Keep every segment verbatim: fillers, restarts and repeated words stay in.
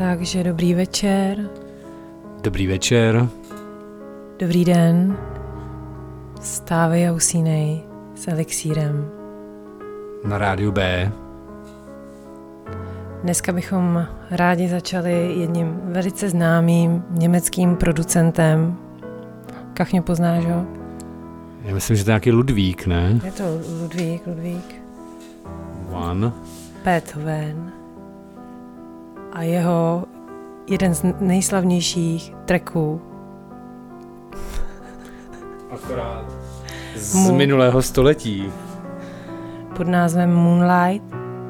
Takže dobrý večer. Dobrý večer. Dobrý den. Vstávej a usínej s elixírem. Na rádiu B. Dneska bychom rádi začali jedním velice známým německým producentem. Kachňo, poznáš ho? Já myslím, že to je nějaký Ludvík, ne? Je to Ludvík, Ludvík. One. Beethoven. A jeho jeden z nejslavnějších tracků. Akorát z Mu- minulého století. Pod názvem Moonlight.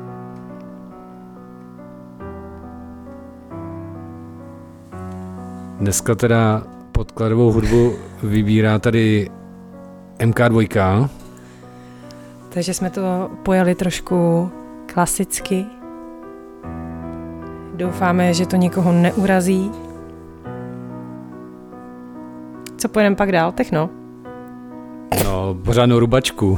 Dneska teda podkladovou hudbu vybírá tady M K dva. Takže jsme to pojali trošku klasicky. Doufáme, že to nikoho neurazí. Co pojedeme pak dál? Techno? No, pořádnou rubačku.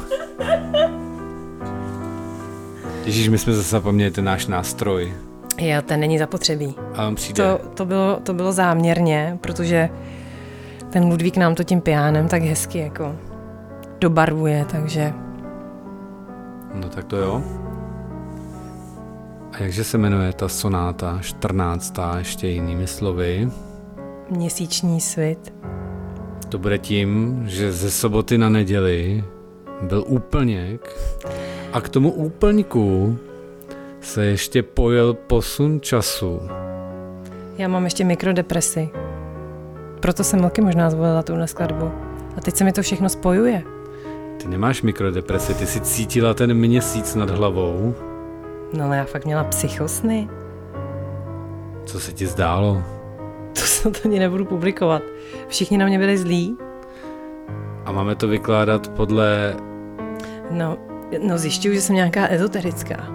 Ježíš, my jsme zase zapomněli ten náš nástroj. Jo, ten není zapotřebí. A on přijde. To, to, bylo, to bylo záměrně, protože ten Ludvík nám to tím pianem tak hezky jako dobarvuje, takže... No tak to jo. A jakže se jmenuje ta sonáta čtrnáctá ještě jinými slovy? Měsíční svit. To bude tím, že ze soboty na neděli byl úplněk a k tomu úplňku se ještě pojel posun času. Já mám ještě mikrodepresi. Proto jsem taky možná zvolila tuhle skladbu. A teď se mi to všechno spojuje. Ty nemáš mikrodepresi, ty si cítila ten měsíc nad hlavou. No ale já fakt měla psychosny. Co se ti zdálo? To se to ani nebudu publikovat. Všichni na mě byli zlí. A máme to vykládat podle... No, no zjišťuju, že jsem nějaká ezoterická.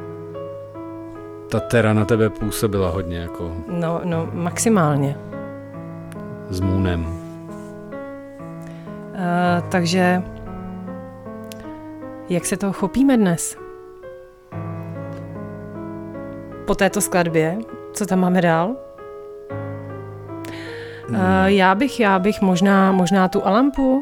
Ta Tera na tebe působila hodně jako No, no, maximálně. s Moonem. Uh, takže jak se toho chopíme dnes? Po této skladbě, co tam máme dál? Uh, já bych, já bych možná, možná tu Alampu.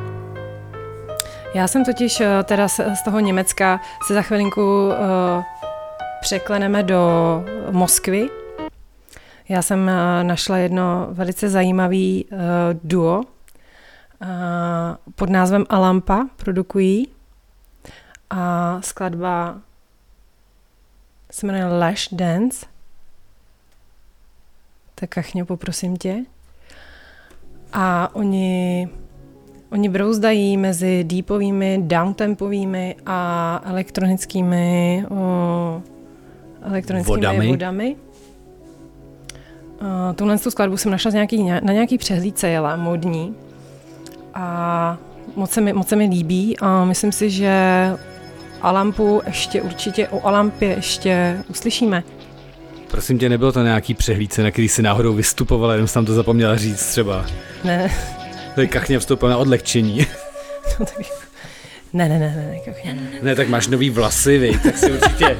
Já jsem totiž uh, teda z, z toho Německa se za chvilinku uh, překleneme do Moskvy. Já jsem uh, našla jedno velice zajímavý uh, duo uh, pod názvem Alampa, produkují. A skladba se jmenuje Lash Dance. Tak Kachňo, poprosím tě. A oni, oni brouzdají mezi deepovými, downtempovými a elektronickými, o, elektronickými vodami. vodami. A tuhle tu skladbu jsem našla z nějaký, na nějaký přehlídce jela, modní. A moc se, mi, moc se mi líbí a myslím si, že Alampu ještě určitě, o Alampě ještě uslyšíme. Prosím tě, nebylo to nějaký přehlídce, na který si náhodou vystupovala, jenom jsem tam to zapomněla říct třeba. Ne. Tady Kachně vstoupil na odlehčení. No, tak... Ne, ne, ne, ne, Kachně, ne, ne. Ne, tak máš nový vlasy, vej, tak si určitě...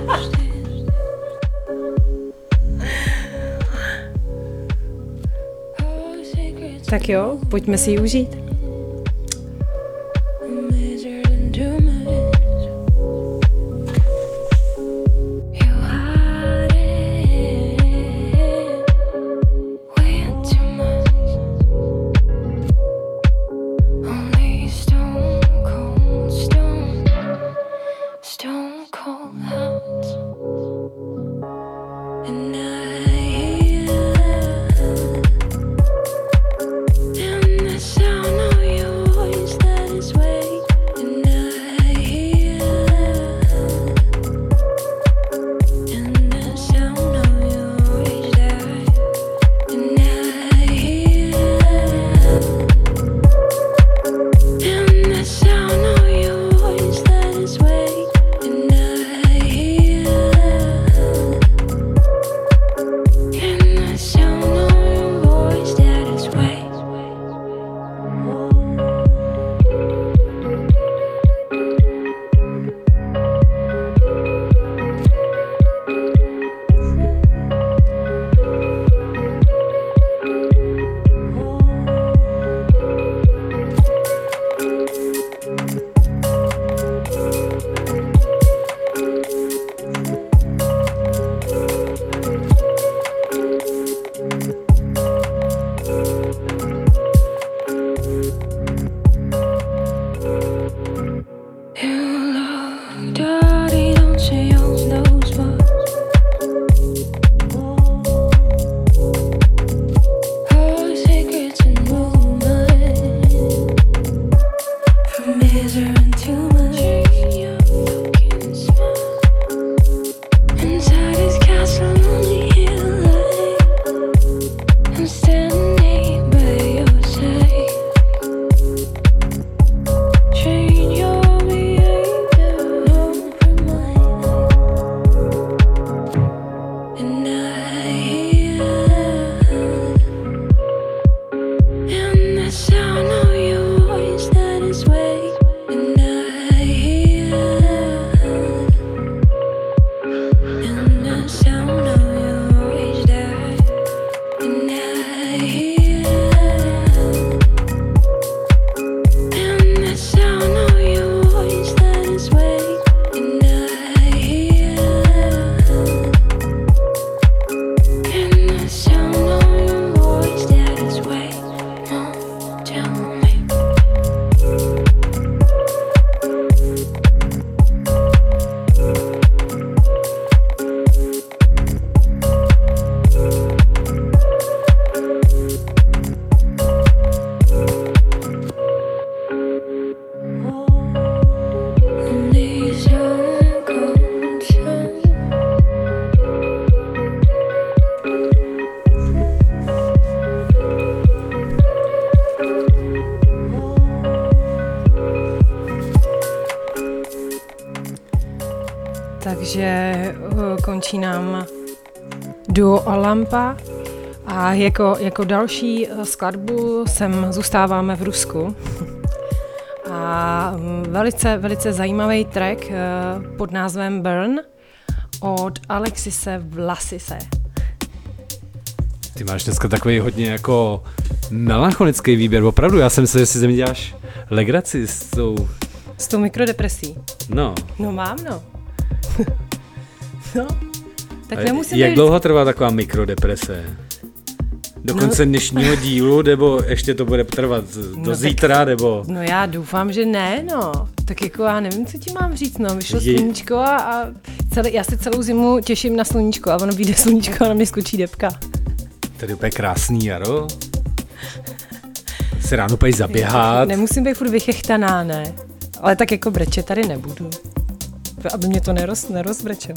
Tak jo, pojďme si ji užít. Sound of your voice that is way, and I takže uh, končí nám duo Alampa a jako, jako další skladbu sem zůstáváme v Rusku. A velice, velice zajímavý track uh, pod názvem Burn od Alexise Vlasise. Ty máš dneska takový hodně jako melancholický výběr, opravdu, já jsem myslel, že si ze mě děláš legraci s tou... S tou mikrodepresí. No. No mám, no. No, tak a nemusím... Jak být... dlouho trvá taková mikrodeprese? Do konce no. dnešního dílu, nebo ještě to bude trvat do no zítra, tak, nebo... No já doufám, že ne, no. Tak jako já nevím, co ti mám říct, no. Vyšlo Je... sluníčko a, a celý, já se celou zimu těším na sluníčko a ono vyjde sluníčko a na mě skočí depka. Tady úplně krásný jaro. Se ráno pojď zaběhat. Nemusím být furt vychechtaná, ne. Ale tak jako breče tady nebudu. Aby mě to neroz, nerozbrečelo.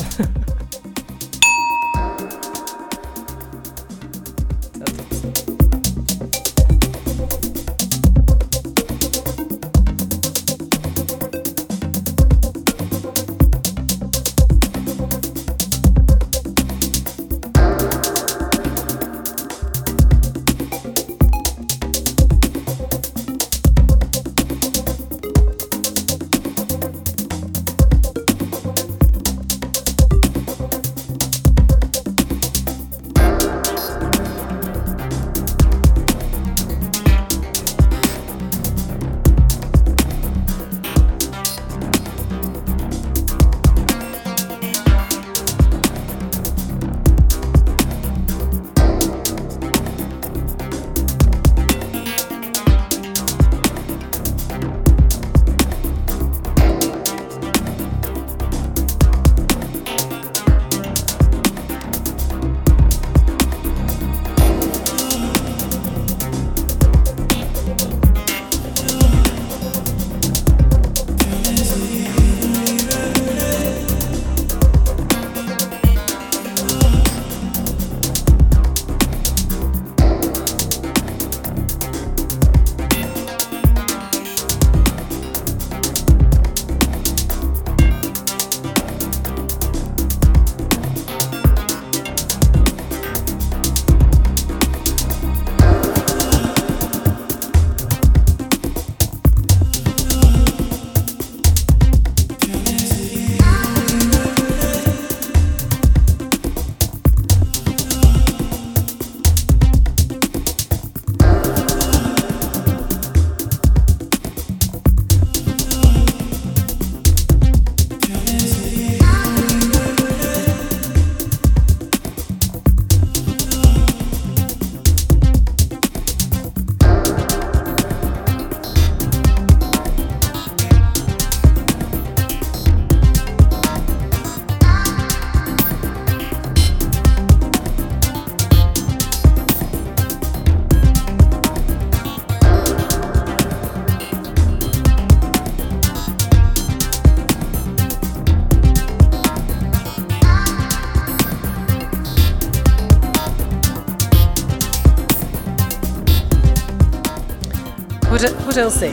Hoře, hořel jsi?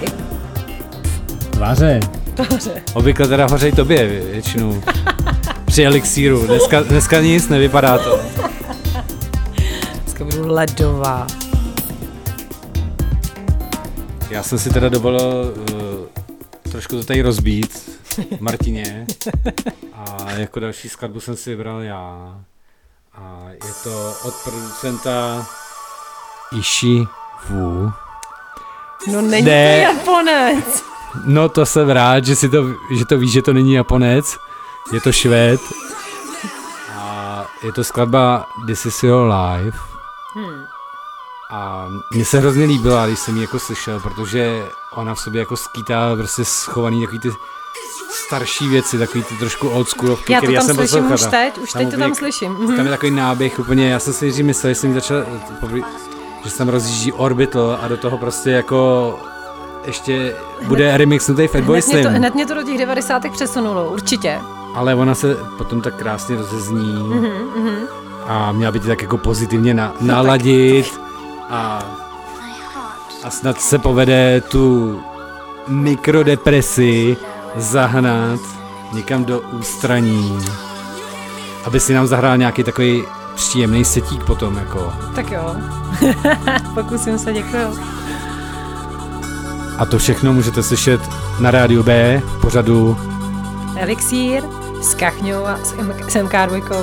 Váře. Hoře. Obvykle teda hořej tobě většinou. Při elixíru. Dneska, dneska nic, nevypadá to. Dneska budu ledová. Já jsem si teda dovolil uh, trošku to tady rozbít, Martině. A jako další skladbu jsem si vybral já. A je to od producenta Ishi Wu. No není ne. to Japonec. No to jsem rád, že, si to, že to víš, že to není Japonec. Je to Švéd. A je to skladba This Is Your Life. Hmm. A mně se hrozně líbila, když jsem ji jako slyšel, protože ona v sobě jako skýtá prostě schovaný takový ty starší věci, takový ty trošku old schoolovky, já to tam já jsem slyším poslouchat. už teď, už teď to tam slyším. Mm-hmm. Tam je takový náběh úplně, já jsem si nejdřív myslel, že jsem začal, že se tam rozjíždí Orbital a do toho prostě jako ještě bude hned, remixnutý Fatboy Slim. Hned, hned mě to do těch devadesátek přesunulo, určitě. Ale ona se potom tak krásně rozezní mm-hmm. a měla by tě tak jako pozitivně na, naladit a, a snad se povede tu mikrodepresi zahnat někam do ústraní, aby si nám zahrál nějaký takový příjemný setík potom, jako. Tak jo, pokusím se, děkuju. A to všechno můžete slyšet na Rádiu B, v pořadu Elixír s Kachňou a s em ká dva.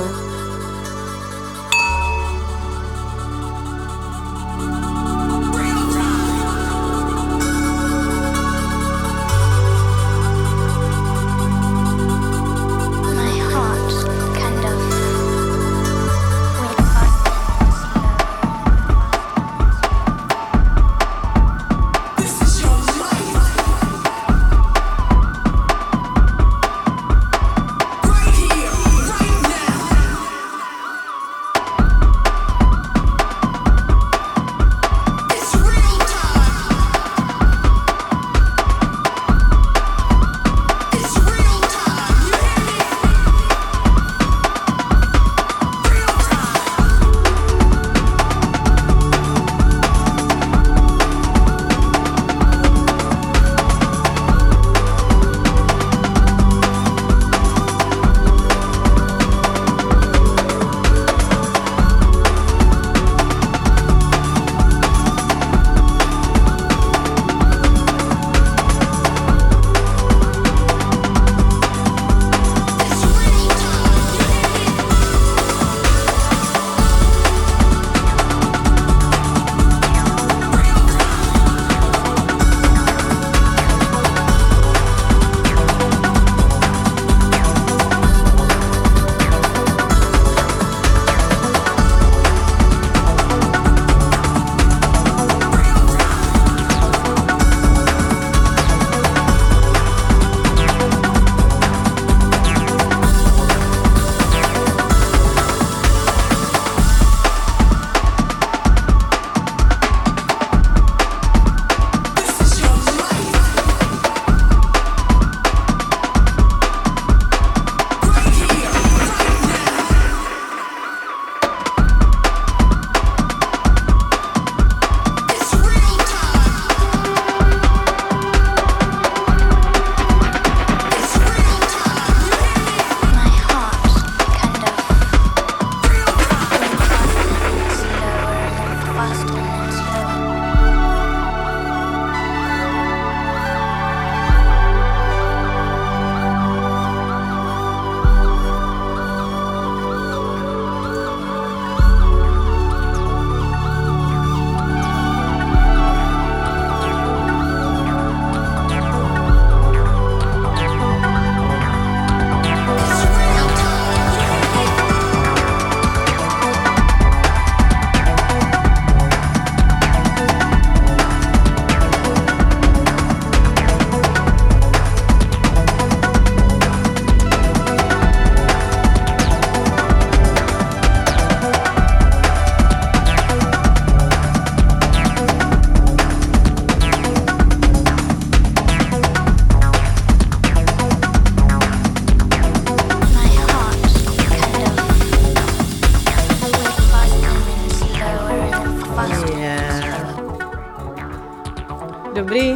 Dobrý.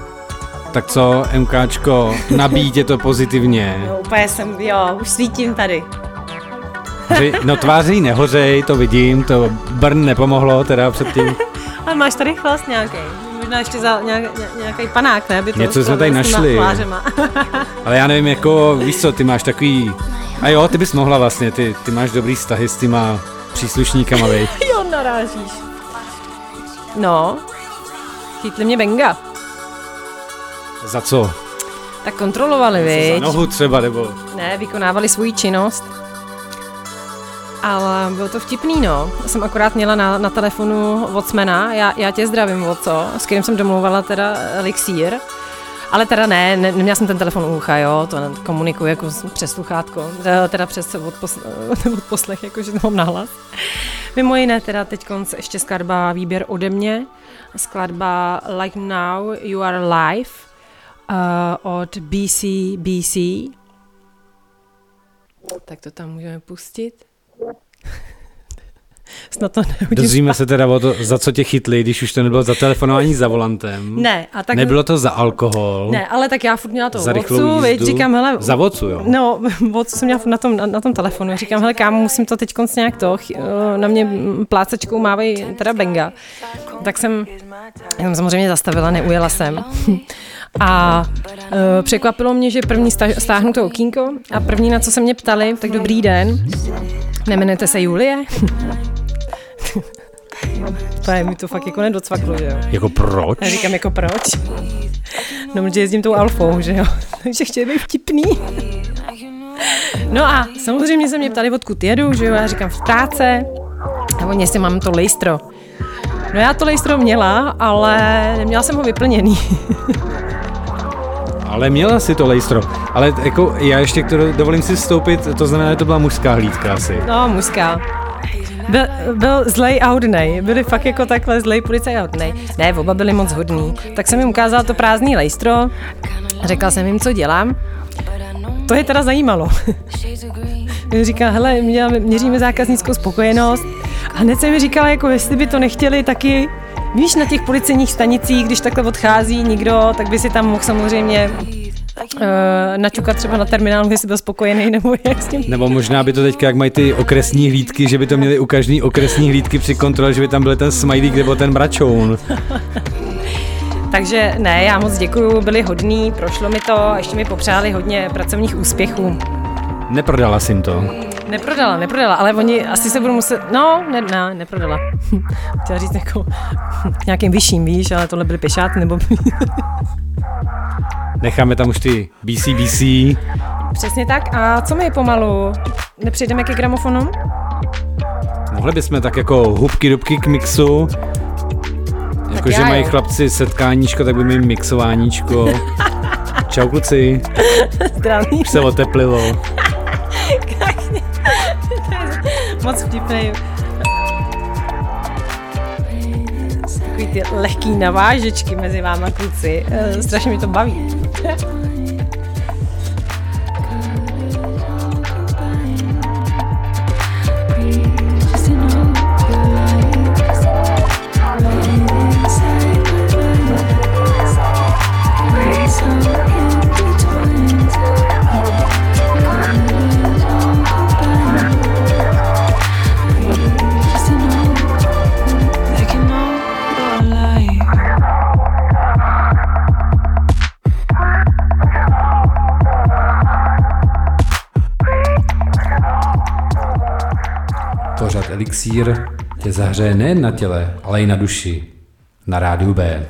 Tak co, MKčko, nabíj tě to pozitivně. No úplně jsem, jo, už svítím tady. Hři, no tváří nehořej, to vidím, to Brn nepomohlo teda předtím. Ale máš tady chlast nějaký. Možná ještě za nějak, nějaký panák, ne? Aby to něco jsme tady našli. Ale já nevím, jako, víš co, ty máš takový... A jo, ty bys mohla vlastně, ty, ty máš dobrý vztahy s těma příslušníkama, vej. Jo, narážíš. No, chytli mě benga. Za co? Tak kontrolovali, viď? Za nohu třeba, nebo... Ne, vykonávali svoji činnost. Ale bylo to vtipný, no. Já jsem akorát měla na, na telefonu Vocmana, já, já tě zdravím, Voco, s kterým jsem domlouvala teda Elixír. Ale teda ne, ne, neměla jsem ten telefon u ucha, jo, to komunikuji jako přes sluchátko, teda přes odposl, odposlech, jakože to mám nahlas. Mimo jiné teda teď ještě skladba výběr ode mě, skladba Like Now You Are Live uh, od B C B C. Tak to tam můžeme pustit. snad to nehodím. Dozvíme se teda o to, za co tě chytli, když už to nebylo za telefonování za volantem. Ne. A tak... Nebylo to za alkohol. Ne, ale tak já furt měla to za vocu, veď, říkám, hele... Za vocu, jo? No, vocu jsem měla na tom, na, na tom telefonu. Říkám, hele, kámo, musím to teď konc nějak to, na mě plácačkou mávají teda benga. Tak jsem, jsem samozřejmě zastavila, neujela jsem. A uh, překvapilo mě, že první stáhnu to okýnko a první, na co se mě ptali, tak dobrý den, nemenujete se Julie? To je mi to fakt jako nedocvaklo, že jo. Jako proč? Já říkám, jako proč? No, protože jezdím tou Alfou, že jo. Takže chtěli být vtipný. No a samozřejmě se mě ptali, odkud jedu, že jo. Já říkám, v práce. A oni, jestli mám to lejstro. No já to lejstro měla, ale neměla jsem ho vyplněný. Ale měla si to lejstro. Ale jako já ještě to dovolím si vstoupit, to znamená, že to byla mužská hlídka asi. No, mužská. Byl, byl zlej a hodnej. Byli fakt jako takhle zlej policaj a hodnej. Ne, oba byli moc hodný. Tak jsem jim ukázala to prázdný lejstro. Řekla jsem jim, co dělám. To je teda zajímalo. Říká, hele, měříme zákaznickou spokojenost. A hned jsem mi říkala, jako jestli by to nechtěli taky, víš, na těch policejních stanicích, když takhle odchází nikdo, tak by si tam mohl samozřejmě uh, naťukat třeba na terminálu, jestli byl spokojený, nebo jak s ním. Nebo možná by to teďka, jak mají ty okresní hlídky, že by to měli u každý okresní hlídky při kontrole, že by tam byl ten smajlík nebo ten mračoun. Takže ne, já moc děkuju, byli hodní, prošlo mi to, ještě mi popřáli hodně pracovních úspěchů. Neprodala jsi jim to? Neprodala, neprodala, ale oni asi se budou muset, no, ne, ne neprodala. Chtěla říct jako nějakým vyšším, víš, ale tohle byly pešáty, nebo... Necháme tam už ty B C B C. Přesně tak, a co my pomalu? Nepřejdeme ke gramofonu? Mohli bychom tak jako hubky dubky k mixu. Jakože mají chlapci setkáníčko, tak by mi mixováníčko. Čau kluci. Zdraví. Už se oteplilo. Moc vtipnej. Takový ty lehký navážečky mezi váma, kluci. Strašně mi to baví. Pořad Elixír tě zahřeje nejen na těle, ale i na duši. Na rádiu B.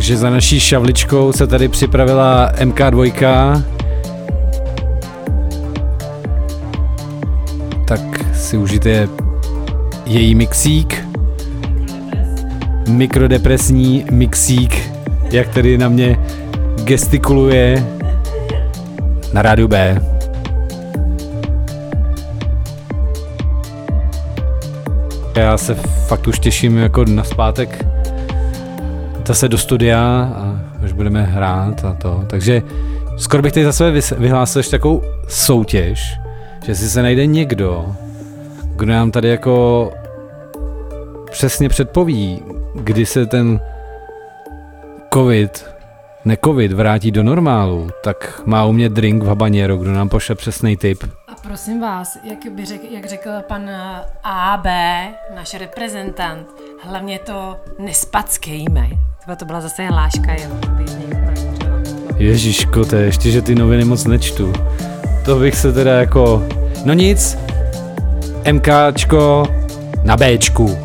Takže za naší šavličkou se tady připravila M K dva. Tak si užijte její mixík. Mikrodepresní mixík, jak tady na mě gestikuluje na rádiu B. Já se fakt už těším jako na zpátek zase do studia a už budeme hrát a to. Takže skoro bych tady za sebe vyhlásil ještě takovou soutěž, že si se najde někdo, kdo nám tady jako přesně předpoví, kdy se ten covid, ne covid, vrátí do normálu, tak má u mě drink v habanero, kdo nám pošle přesný tip. A prosím vás, jak, by řek, jak řekl pan A B, náš reprezentant, hlavně to nespackejme. To byla zase hláška, jo. Ježiško, to je ještě, že ty noviny moc nečtu. To bych se teda jako... No nic, MKčko na Bčku.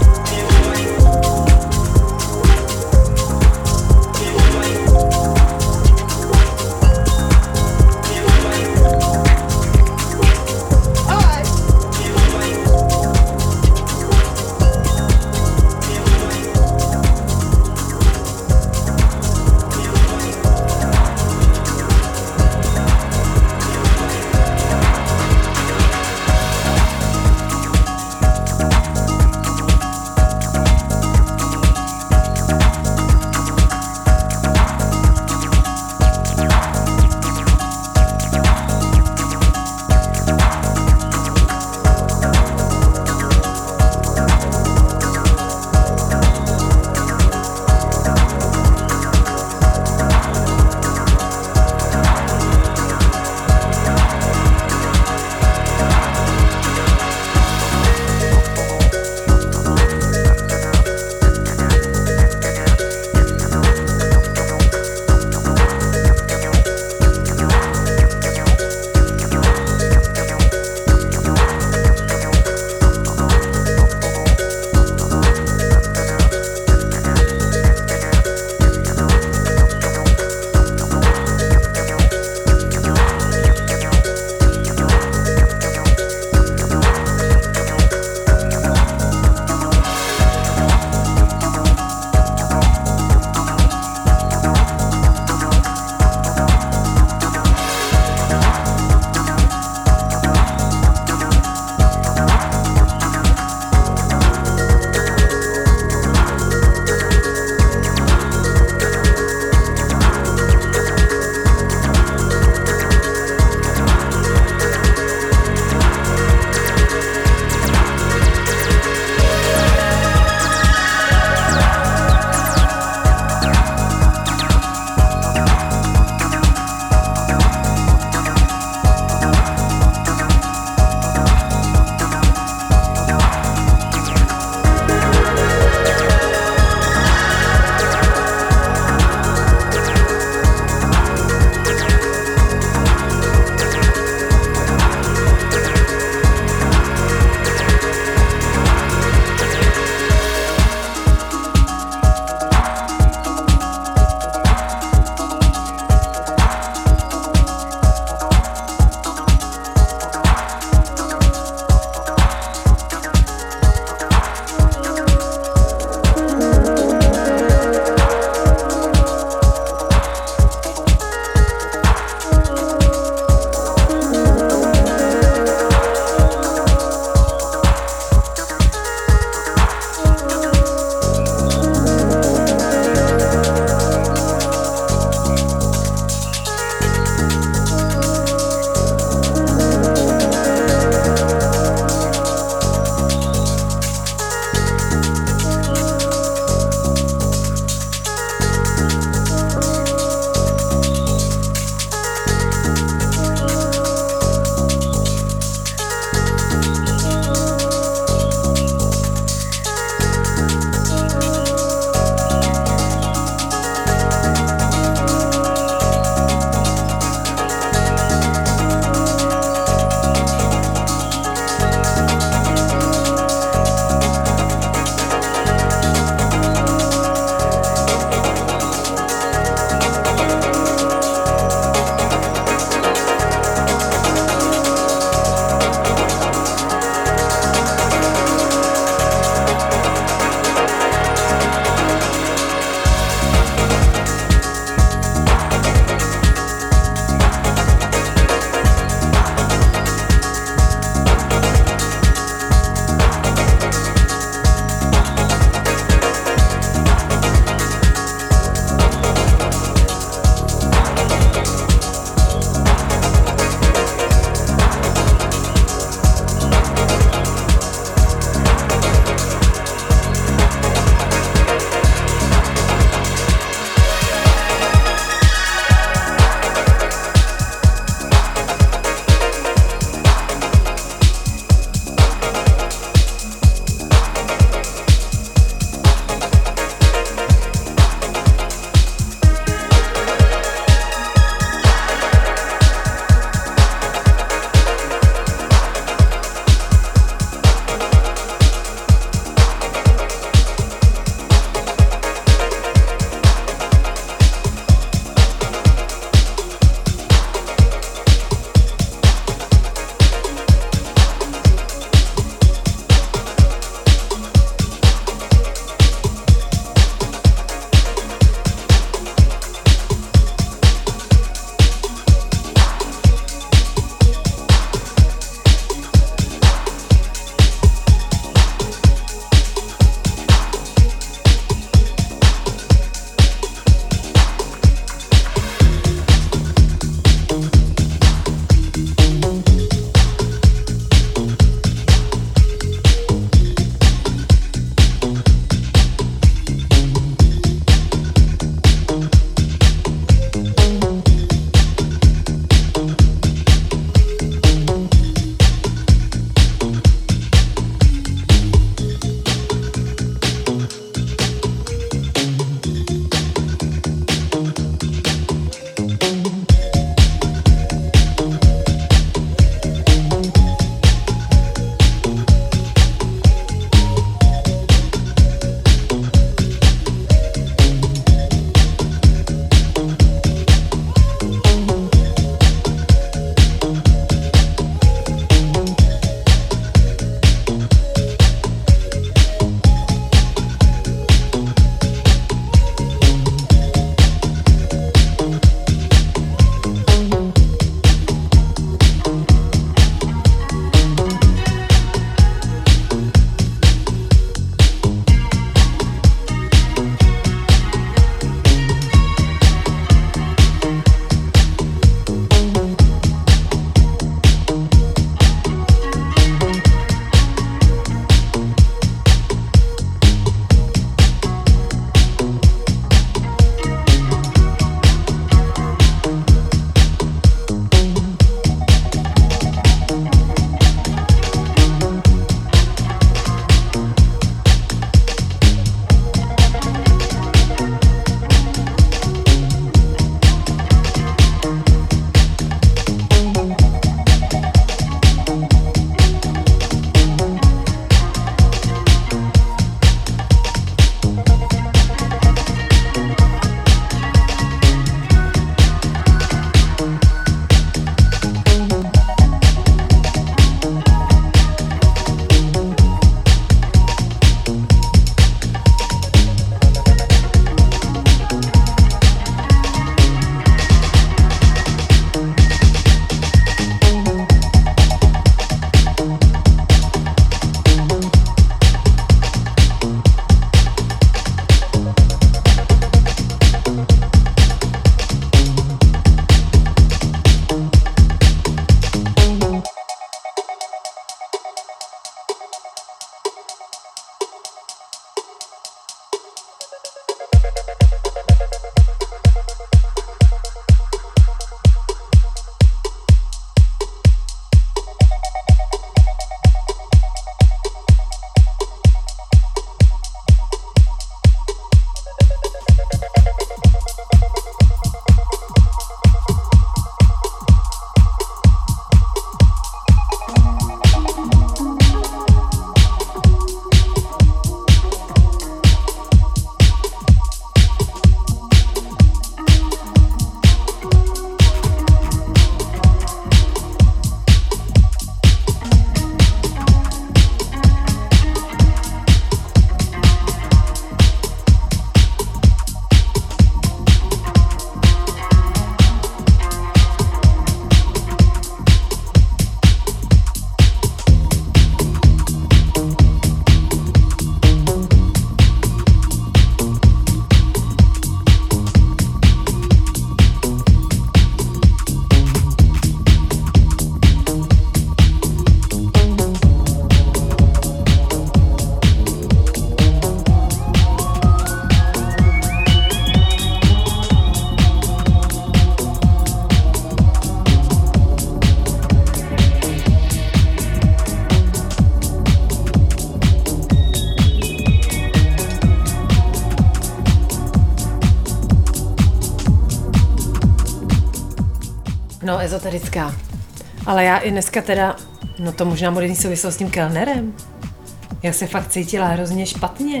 No, ezoterická. Ale já i dneska teda, no to možná moderní souvislost s tím Kellnerem. Já se fakt cítila hrozně špatně.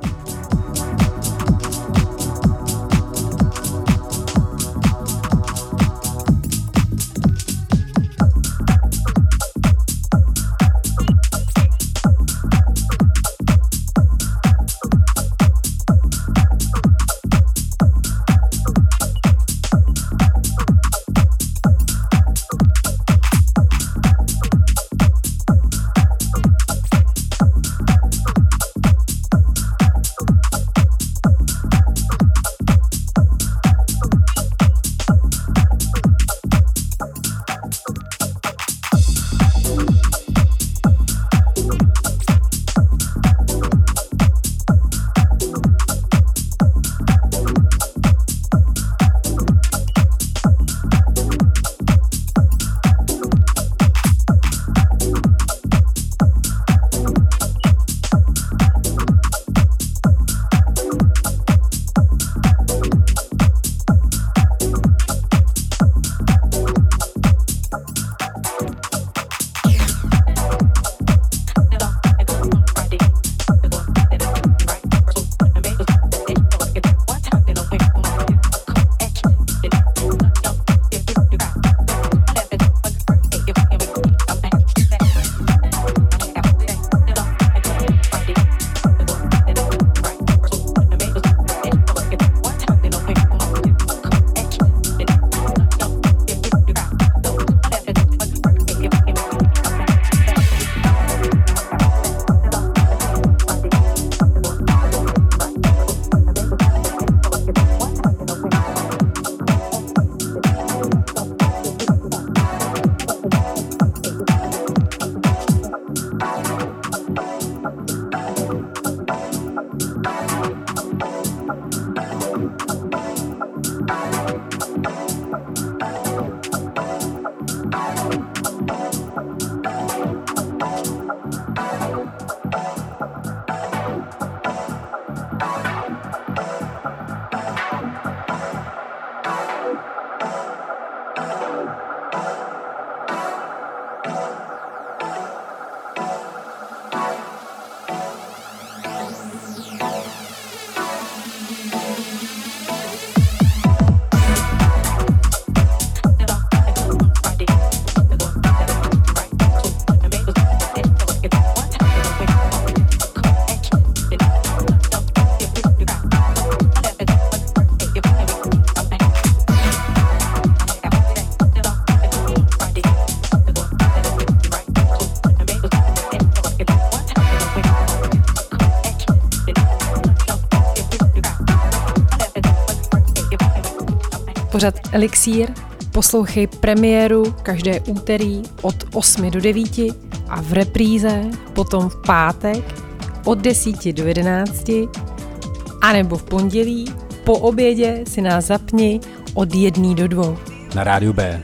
Pořad Elixír poslouchej premiéru každé úterý od osmi do devíti a v repríze potom v pátek od desíti do jedenácti anebo v pondělí po obědě si nás zapni od jedné do dvou. Na rádiu B.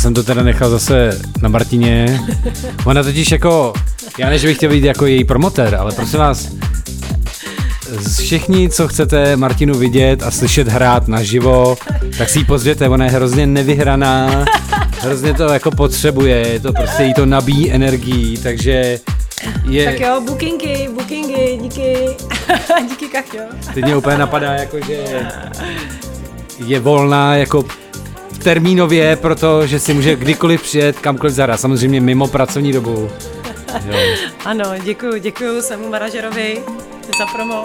jsem to teda nechal zase na Martině. Ona totiž jako, já než bych chtěl být jako její promotér, ale prosím vás, všichni, co chcete Martinu vidět a slyšet hrát naživo, tak si ji pozvěte, ona je hrozně nevyhraná, hrozně to jako potřebuje, to prostě jí to nabíjí energií, takže je... Tak jo, bookingy, bookingy, díky, díky Kachňo. Teď mě úplně napadá, jako že je volná jako termínově, protože si může kdykoliv přijet kamkoliv zahrát, samozřejmě mimo pracovní dobu. Jo. Ano, děkuju, děkuju svému manažerovi za promo.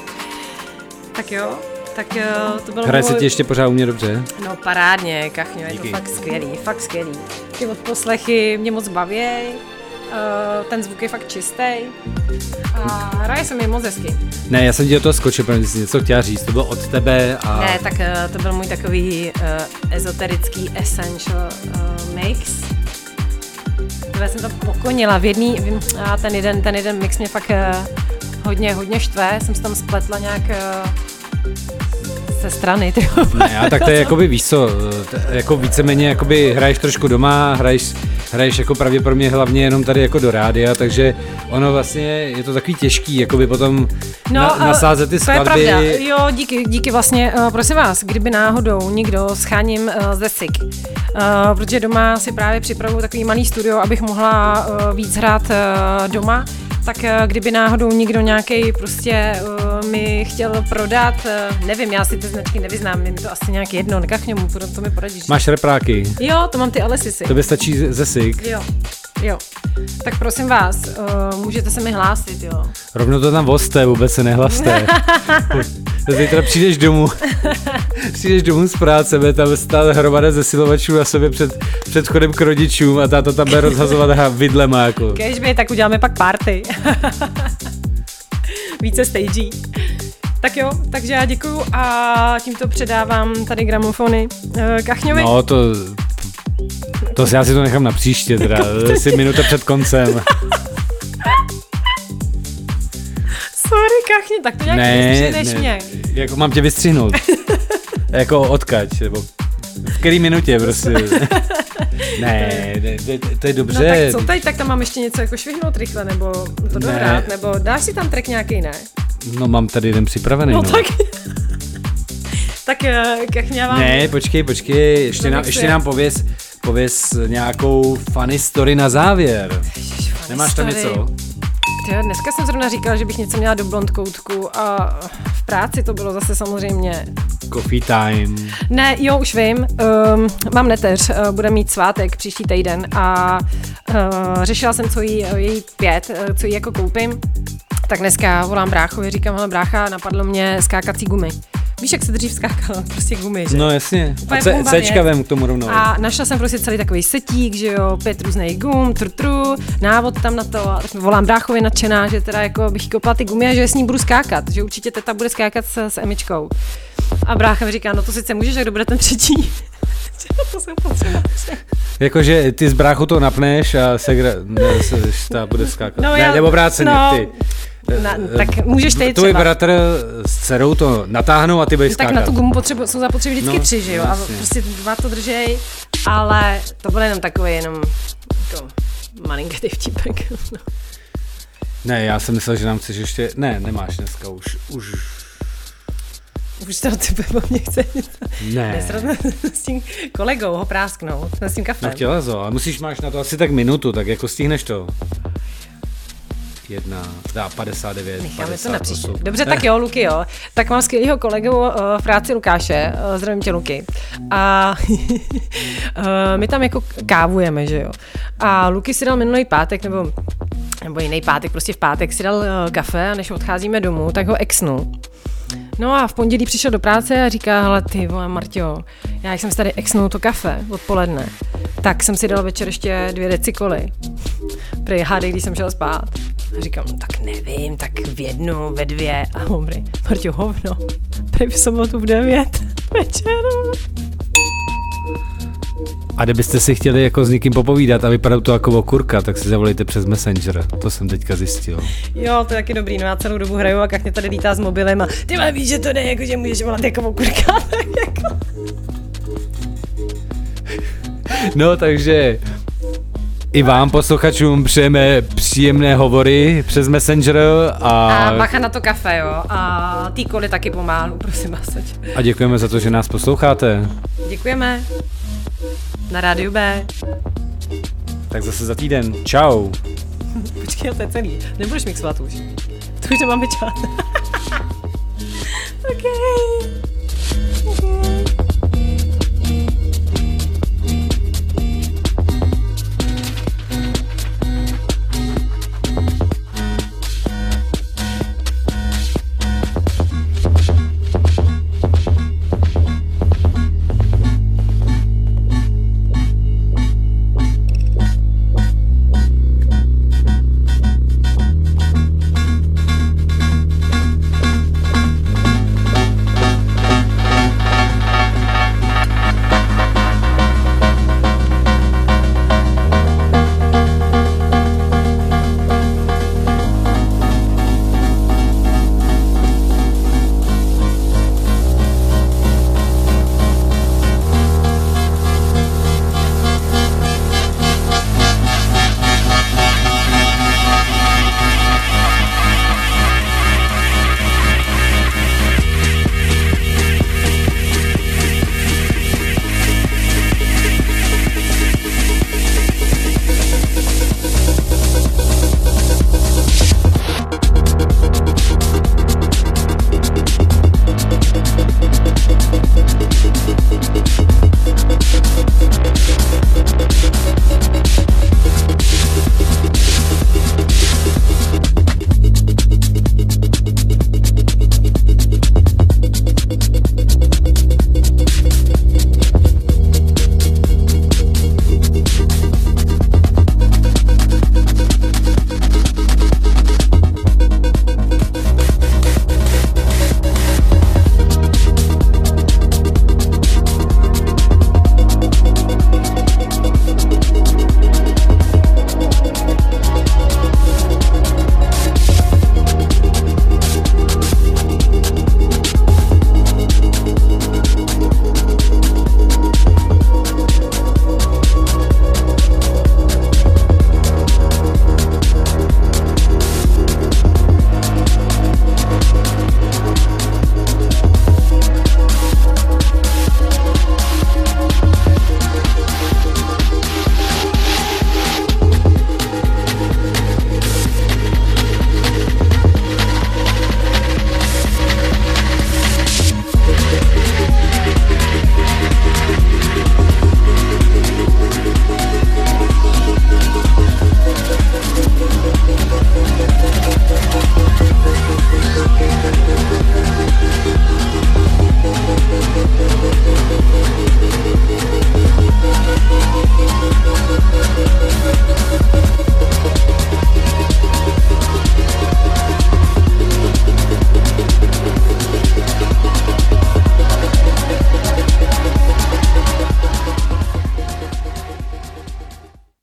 Tak jo, tak to bylo Hraje můj... se ti ještě pořád u mě dobře? No parádně, Kachňo, je to fakt skvělý, fakt skvělý. Ty odposlechy mě moc bavěj, ten zvuk je fakt čistý a hraje se mi moc hezky. Ne, já jsem ti do toho skočil, protože jsi něco chtěla říct, to bylo od tebe a... Ne, tak to byl můj takový uh, ezoterický essential uh, mix. Já jsem to pokonila v jedný, a ten jeden, ten jeden mix mě fakt uh, hodně, hodně štve, jsem se tam spletla nějak uh, ze strany. Tyho. Ne, a tak to je jakoby, víš co, jako víceméně jakoby hraješ trošku doma, hraješ, hraješ jako pravděpodobně hlavně jenom tady jako do rádia, takže ono vlastně je to takový těžký, jakoby potom no, na, nasázet ty skladby. To je pravda, jo, díky, díky vlastně, uh, prosím vás, kdyby náhodou někdo scháním uh, ze S I K, uh, protože doma si právě připravuju takový malý studio, abych mohla uh, víc hrát uh, doma, tak uh, kdyby náhodou někdo nějaký prostě uh, mi chtěl prodat, uh, nevím, já si ty značky nevyznám, je mi to asi nějak jedno, nekachněmu, to mi poradíš. Máš repráky? Jo, to mám ty Alesisy. To by stačí ze S I K? Jo. Jo, tak prosím vás, uh, můžete se mi hlásit, jo. Rovno to tam vozte, vůbec se nehlaste. Zítra přijdeš domů, přijdeš domů z práce, bude tam stát hromada zesilovačů a sobě před, před chodem k rodičům a táta tam bude rozhazovat vidlema jako. Kežby, tak uděláme pak party. Více stagí. Tak jo, takže já děkuju a tímto předávám tady gramofony uh, Kachňovi. No to... To si já si to nechám na příště, teda, asi minuta před koncem. Sorry, Kachně, tak to nějak vystřihneš mě. Jako mám tě vystřihnout. Jako odkaď, nebo v který minutě prostě. Ne, ne, to je dobře. No tak co teď, tak tam mám ještě něco jako švihnout rychle, nebo to dohrát, ne. Nebo dáš si tam track nějaký, ne? No mám tady jeden připravený, no. No tak... tak Kachně vám... Ne, počkej, počkej, ještě, nám, ještě nám pověz, pověz nějakou funny story na závěr. Ježiš, nemáš tam story. něco? Tyjo, dneska jsem zrovna říkala, že bych něco měla do blond koutku a v práci to bylo zase samozřejmě. Coffee time. Ne, jo, už vím. Um, mám neteř, uh, bude mít svátek příští týden a uh, řešila jsem, co jí, její pět, uh, co jí jako koupím. Tak dneska volám bráchovi, říkám, hele brácha, napadlo mě skákací gumy. Víš, jak se dřív skákalo? Prostě gumy, že? No jasně. A C, Cčka vem k tomu rovnou. A našla jsem prostě celý takový setík, že jo, pět různých gum, trutru, návod tam na to. A tak volám bráchovi nadšená, že teda jako bych koupila ty gumy a že s ní budu skákat, že určitě teta bude skákat s, s Emičkou. A brácha mi říká, no to sice můžeš, a kdo bude ten třetí? To jsem potřeba. Jakože ty z bráchu to napneš a Segra, ne, se, ta bude skákat. No, ne, já, nebo vráceně, no, ty. Na, tak můžeš ty tvůj bratr s dcerou to natáhnou a ty budeš skákat. Tak na tu gumu potřebu, jsou zapotřebí vždycky no, tři, že jo? Vlastně. A prostě dva to držej, ale to byl jenom takový jenom jako malinkatý vtipek. No. Ne, já jsem myslel, že nám chceš ještě, ne, nemáš dneska už, už. Už to ty po mně chce něco. Ne. S tím kolegou ho prásknout, s tím kafem. No chtěla to, ale musíš, máš na to asi tak minutu, tak jako stihneš to. Jedna, dá padesát devět, Necháme padesát to na příště. osm. Dobře, tak jo, Luky, jo. Tak mám skvělýho kolegu uh, v práci Lukáše, uh, zdravím tě, Luky. A uh, my tam jako kávujeme, že jo. A Luky si dal minulý pátek, nebo, nebo jiný pátek, prostě v pátek si dal uh, kafe a než odcházíme domů, tak ho exnul. No a v pondělí přišel do práce a říká, hele ty vole Marťo, já jak jsem si tady exnul to kafe odpoledne, tak jsem si dal večer ještě dvě decikoly. Prej hádej, když jsem šel spát. A říkám, no tak nevím, tak v jednu, ve dvě. A on prej, Marťo, hovno, prej v sobotu v devět večer. A kdybyste si chtěli jako s někým popovídat a vypadá to jako okurka, tak si zavolejte přes Messenger. To jsem teďka zjistil. Jo, to je taky dobrý, no já celou dobu hraju a jak mě tady lítá s mobilem a ty ale víš, že to ne, jako že můžeš volat jako okurka, tak jako... No, takže i vám posluchačům přejeme příjemné hovory přes Messenger a... A bacha na to kafe, jo. A tý koly taky pomálu, prosím vás. A děkujeme za to, že nás posloucháte. Děkujeme. Na rádiu B. Tak zase za týden. Čau. Počkej, to je celý. Nebudeš mixovat už. To už nemám čas.